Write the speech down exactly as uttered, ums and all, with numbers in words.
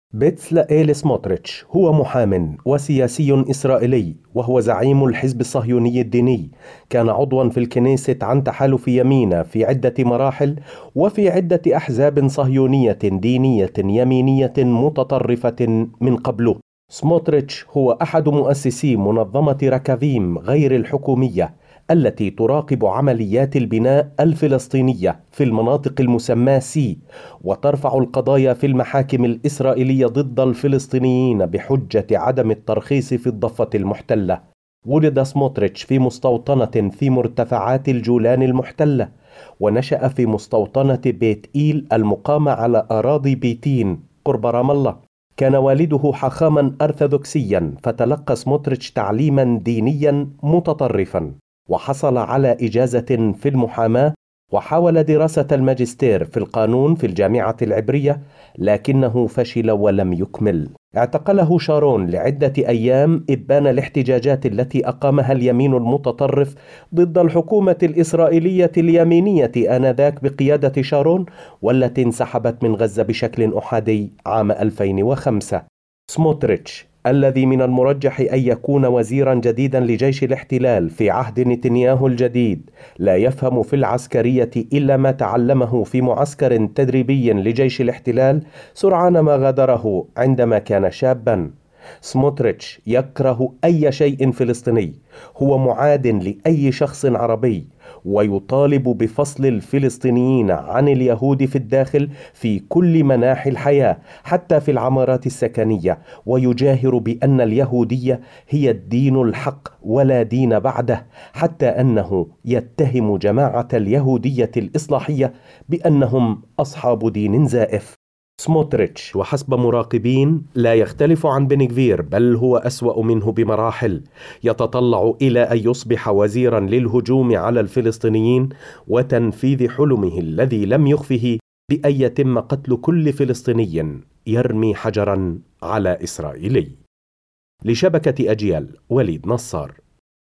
بيتسلائيل سموتريتش هو محام وسياسي إسرائيلي، وهو زعيم الحزب الصهيوني الديني. كان عضوا في الكنيست عن تحالف يمينة في عدة مراحل وفي عدة أحزاب صهيونية دينية يمينية متطرفة من قبله. سموتريتش هو أحد مؤسسي منظمة ركافيم غير الحكومية التي تراقب عمليات البناء الفلسطينية في المناطق المسماة سي، وترفع القضايا في المحاكم الإسرائيلية ضد الفلسطينيين بحجة عدم الترخيص في الضفة المحتلة. ولد سموتريتش في مستوطنة في مرتفعات الجولان المحتلة، ونشأ في مستوطنة بيت إيل المقامة على أراضي بيتين قرب رام الله. كان والده حاخاما أرثوذكسيا، فتلقى سموتريتش تعليما دينيا متطرفا، وحصل على إجازة في المحاماة، وحاول دراسة الماجستير في القانون في الجامعة العبرية، لكنه فشل ولم يكمل. اعتقله شارون لعدة أيام إبان الاحتجاجات التي أقامها اليمين المتطرف ضد الحكومة الإسرائيلية اليمينية آنذاك بقيادة شارون، والتي انسحبت من غزة بشكل أحادي عام ألفين وخمسة. سموتريتش الذي من المرجح أن يكون وزيرا جديدا لجيش الاحتلال في عهد نتنياهو الجديد، لا يفهم في العسكرية إلا ما تعلمه في معسكر تدريبي لجيش الاحتلال سرعان ما غادره عندما كان شابا. سموتريتش يكره أي شيء فلسطيني، هو معاد لأي شخص عربي، ويطالب بفصل الفلسطينيين عن اليهود في الداخل في كل مناحي الحياة حتى في العمارات السكنية، ويجاهر بأن اليهودية هي الدين الحق ولا دين بعده، حتى أنه يتهم جماعة اليهودية الإصلاحية بأنهم أصحاب دين زائف. سموتريتش وحسب مراقبين لا يختلف عن بن غفير، بل هو أسوأ منه بمراحل. يتطلع إلى أن يصبح وزيرا للهجوم على الفلسطينيين وتنفيذ حلمه الذي لم يخفه بأن يتم قتل كل فلسطيني يرمي حجرا على إسرائيلي. لشبكة أجيال، وليد نصار.